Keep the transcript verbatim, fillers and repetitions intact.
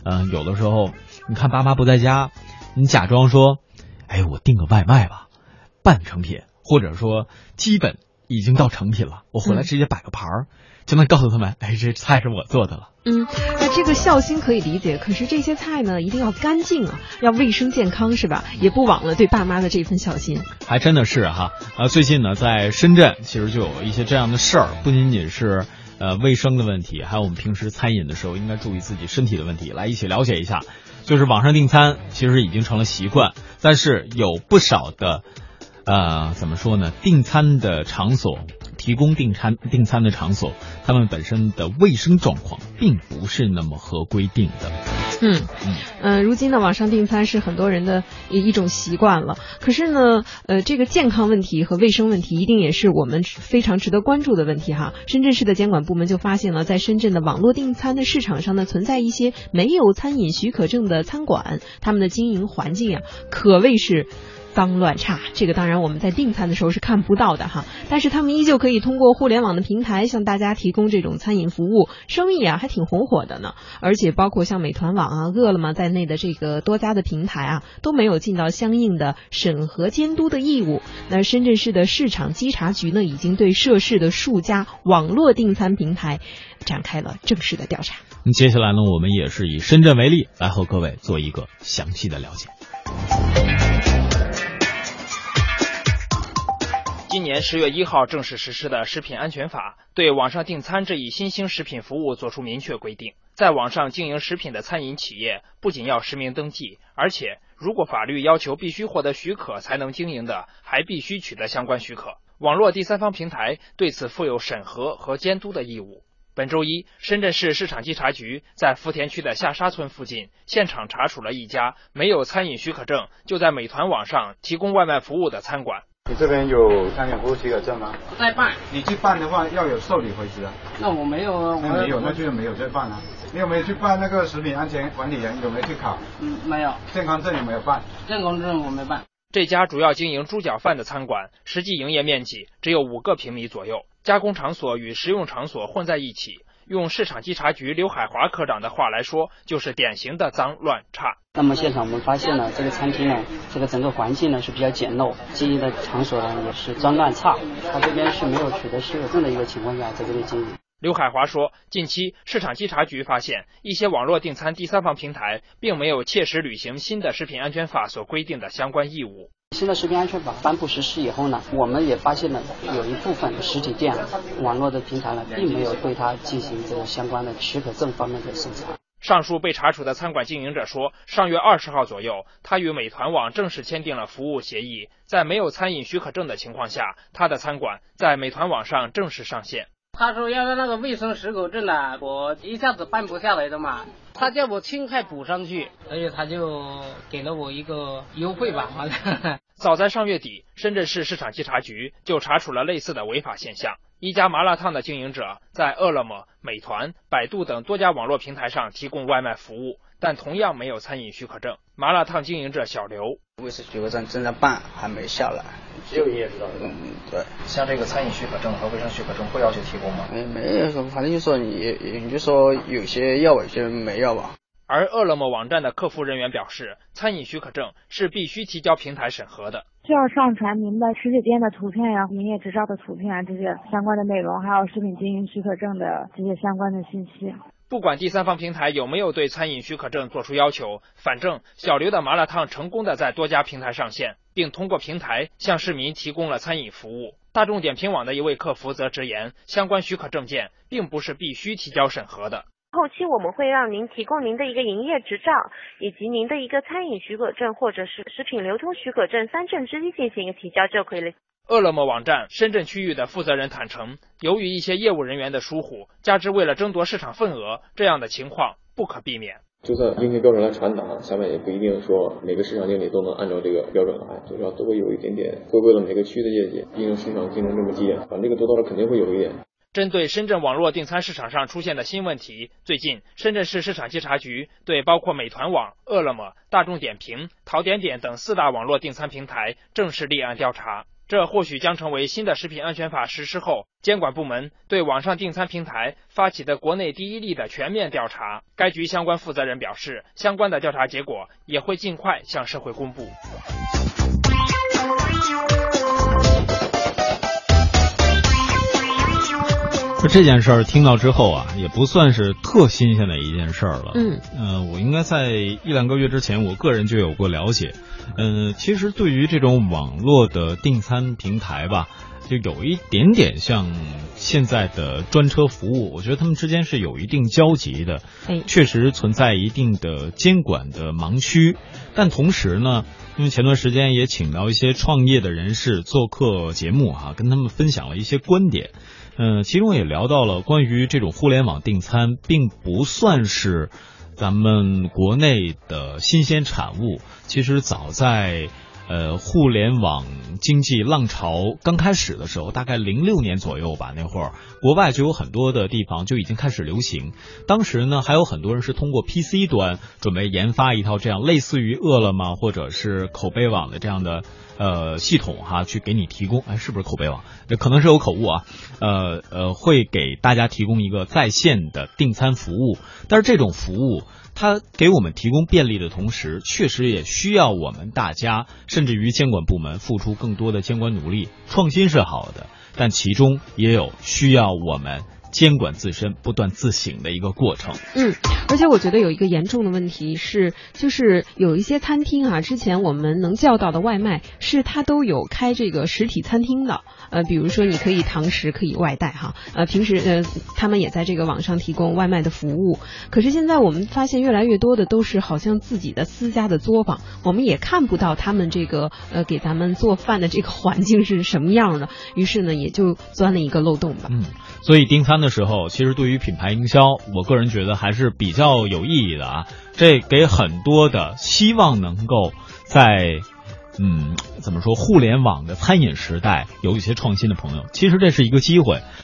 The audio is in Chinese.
嗯、呃，有的时候你看爸妈不在家，你假装说，哎，我订个外卖吧，半成品，或者说基本已经到成品了，我回来直接摆个盘儿。嗯，就能告诉他们，哎，这菜是我做的了。 嗯，那这个孝心可以理解，可是这些菜呢，一定要干净啊，要卫生健康，是吧？也不忘了对爸妈的这份孝心。 还真的是哈，呃，最近呢，在深圳其实就有一些这样的事儿，不仅仅是呃卫生的问题，还有我们平时餐饮的时候应该注意自己身体的问题。来一起了解一下，就是网上订餐其实已经成了习惯，但是有不少的呃怎么说呢，订餐的场所。提供订餐订餐的场所，他们本身的卫生状况并不是那么合规定的。 嗯嗯、呃，如今呢，网上订餐是很多人的一种习惯了。可是呢，呃，这个健康问题和卫生问题一定也是我们非常值得关注的问题哈。深圳市的监管部门就发现了，在深圳的网络订餐的市场上呢，存在一些没有餐饮许可证的餐馆，他们的经营环境啊，可谓是脏乱差。这个当然我们在订餐的时候是看不到的哈，但是他们依旧可以通过互联网的平台向大家提供这种餐饮服务，生意啊还挺红火的呢。而且包括像美团网啊、饿了么在内的这个多家的平台啊，都没有尽到相应的审核监督的义务。那深圳市的市场稽查局呢，已经对涉事的数家网络订餐平台展开了正式的调查。 接下来呢，我们也是以深圳为例，来和各位做一个详细的了解。 今年十月一号正式实施的食品安全法对网上订餐这一新兴食品服务作出明确规定，在网上经营食品的餐饮企业不仅要实名登记，而且如果法律要求必须获得许可才能经营的，还必须取得相关许可。网络第三方平台对此负有审核和监督的义务。本周一，深圳市市场稽查局在福田区的下沙村附近现场查处了一家没有餐饮许可证就在美团网上提供外卖服务的餐馆。 你这边有餐饮服务许可证吗？ 在办。 你去办的话要有受理回执啊。 那我没有啊。 那没有，那就没有在办啊。你有没有去办那个食品安全管理员？有没有去考？ 嗯，没有。 健康证有没有办？ 健康证我没办。 这家主要经营猪脚饭的餐馆，实际营业面积只有五个平米左右，加工场所与食用场所混在一起。用市场稽查局刘海华科长的话来说，就是典型的脏乱差。 那么现场我们发现呢，这个餐厅呢，这个整个环境呢是比较简陋，经营的场所呢也是脏乱差，他这边是没有取得许可证的一个情况下在这里经营。 刘海华说，近期市场稽查局发现一些网络订餐第三方平台并没有切实履行新的食品安全法所规定的相关义务。 新的食品安全法颁布实施以后呢，我们也发现了有一部分实体店网络的平台呢并没有对它进行这个相关的许可证方面的审查。 上述被查处的餐馆经营者说，上月二十号左右，他与美团网正式签订了服务协议，在没有餐饮许可证的情况下，他的餐馆在美团网上正式上线。 他说要的那个卫生许可证呢，我一下子办不下来的嘛，他叫我尽快补上去，所以他就给了我一个优惠吧。 早在上月底，深圳市市场稽查局就查处了类似的违法现象。一家麻辣烫的经营者在饿了么、美团、百度等多家网络平台上提供外卖服务，但同样没有餐饮许可证。麻辣烫经营者小刘， 卫生许可证正在办，还没下来。 只有你也知道。 嗯，对。 像这个餐饮许可证和卫生许可证会要求提供吗？ 没没有，反正就说你你就说有些要，有些没要吧。 而饿了么网站的客服人员表示，餐饮许可证是必须提交平台审核的， 需要上传您的实体店的图片呀、营业执照的图片啊，这些相关的内容，还有食品经营许可证的这些相关的信息。 不管第三方平台有没有对餐饮许可证做出要求，反正小刘的麻辣烫成功的在多家平台上线，并通过平台向市民提供了餐饮服务。大众点评网的一位客服则直言，相关许可证件并不是必须提交审核的。 后期我们会让您提供您的一个营业执照，以及您的一个餐饮许可证或者是食品流通许可证三证之一进行一个提交就可以了。 饿了么网站深圳区域的负责人坦诚，由于一些业务人员的疏忽，加之为了争夺市场份额，这样的情况不可避免。 就算硬性标准来传达，下面也不一定说每个市场经理都能按照这个标准来，多少都会有一点点会为了每个区的业绩，毕竟市场竞争这么激烈，反正这个多多少肯定会有一点。 针对深圳网络订餐市场上出现的新问题，最近深圳市市场稽查局对包括美团网、饿了么、大众点评、淘点点等四大网络订餐平台正式立案调查。 这或许将成为新的食品安全法实施后，监管部门对网上订餐平台发起的国内第一例的全面调查。该局相关负责人表示，相关的调查结果也会尽快向社会公布。 这件事儿听到之后啊，也不算是特新鲜的一件事儿了。 嗯， 呃，我应该在一两个月之前，我个人就有过了解。嗯、呃，其实对于这种网络的订餐平台吧，就有一点点像现在的专车服务，我觉得他们之间是有一定交集的。 哎， 确实存在一定的监管的盲区，但同时呢，因为前段时间也请到一些创业的人士做客节目哈、啊，跟他们分享了一些观点。嗯、呃，其中也聊到了关于这种互联网订餐，并不算是咱们国内的新鲜产物。其实早在呃互联网经济浪潮刚开始的时候，大概零六年左右吧，那会儿国外就有很多的地方就已经开始流行。当时呢，还有很多人是通过 P C 端准备研发一套这样类似于饿了么或者是口碑网的这样的呃系统哈，去给你提供，哎，是不是口碑网？这可能是有口误啊。呃呃，会给大家提供一个在线的订餐服务，但是这种服务它给我们提供便利的同时，确实也需要我们大家甚至于监管部门付出更多的监管努力。创新是好的，但其中也有需要我们监管自身不断自省的一个过程。 嗯，而且我觉得有一个严重的问题是，就是有一些餐厅啊，之前我们能叫到的外卖是它都有开这个实体餐厅的，呃，比如说你可以堂食，可以外带哈，呃，平时呃他们也在这个网上提供外卖的服务。可是现在我们发现越来越多的都是好像自己的私家的作坊，我们也看不到他们这个呃给咱们做饭的这个环境是什么样的，于是呢也就钻了一个漏洞吧。 嗯，所以订餐的时候，其实对于品牌营销，我个人觉得还是比较有意义的啊。这给很多的希望能够在嗯怎么说互联网的餐饮时代有一些创新的朋友，其实这是一个机会。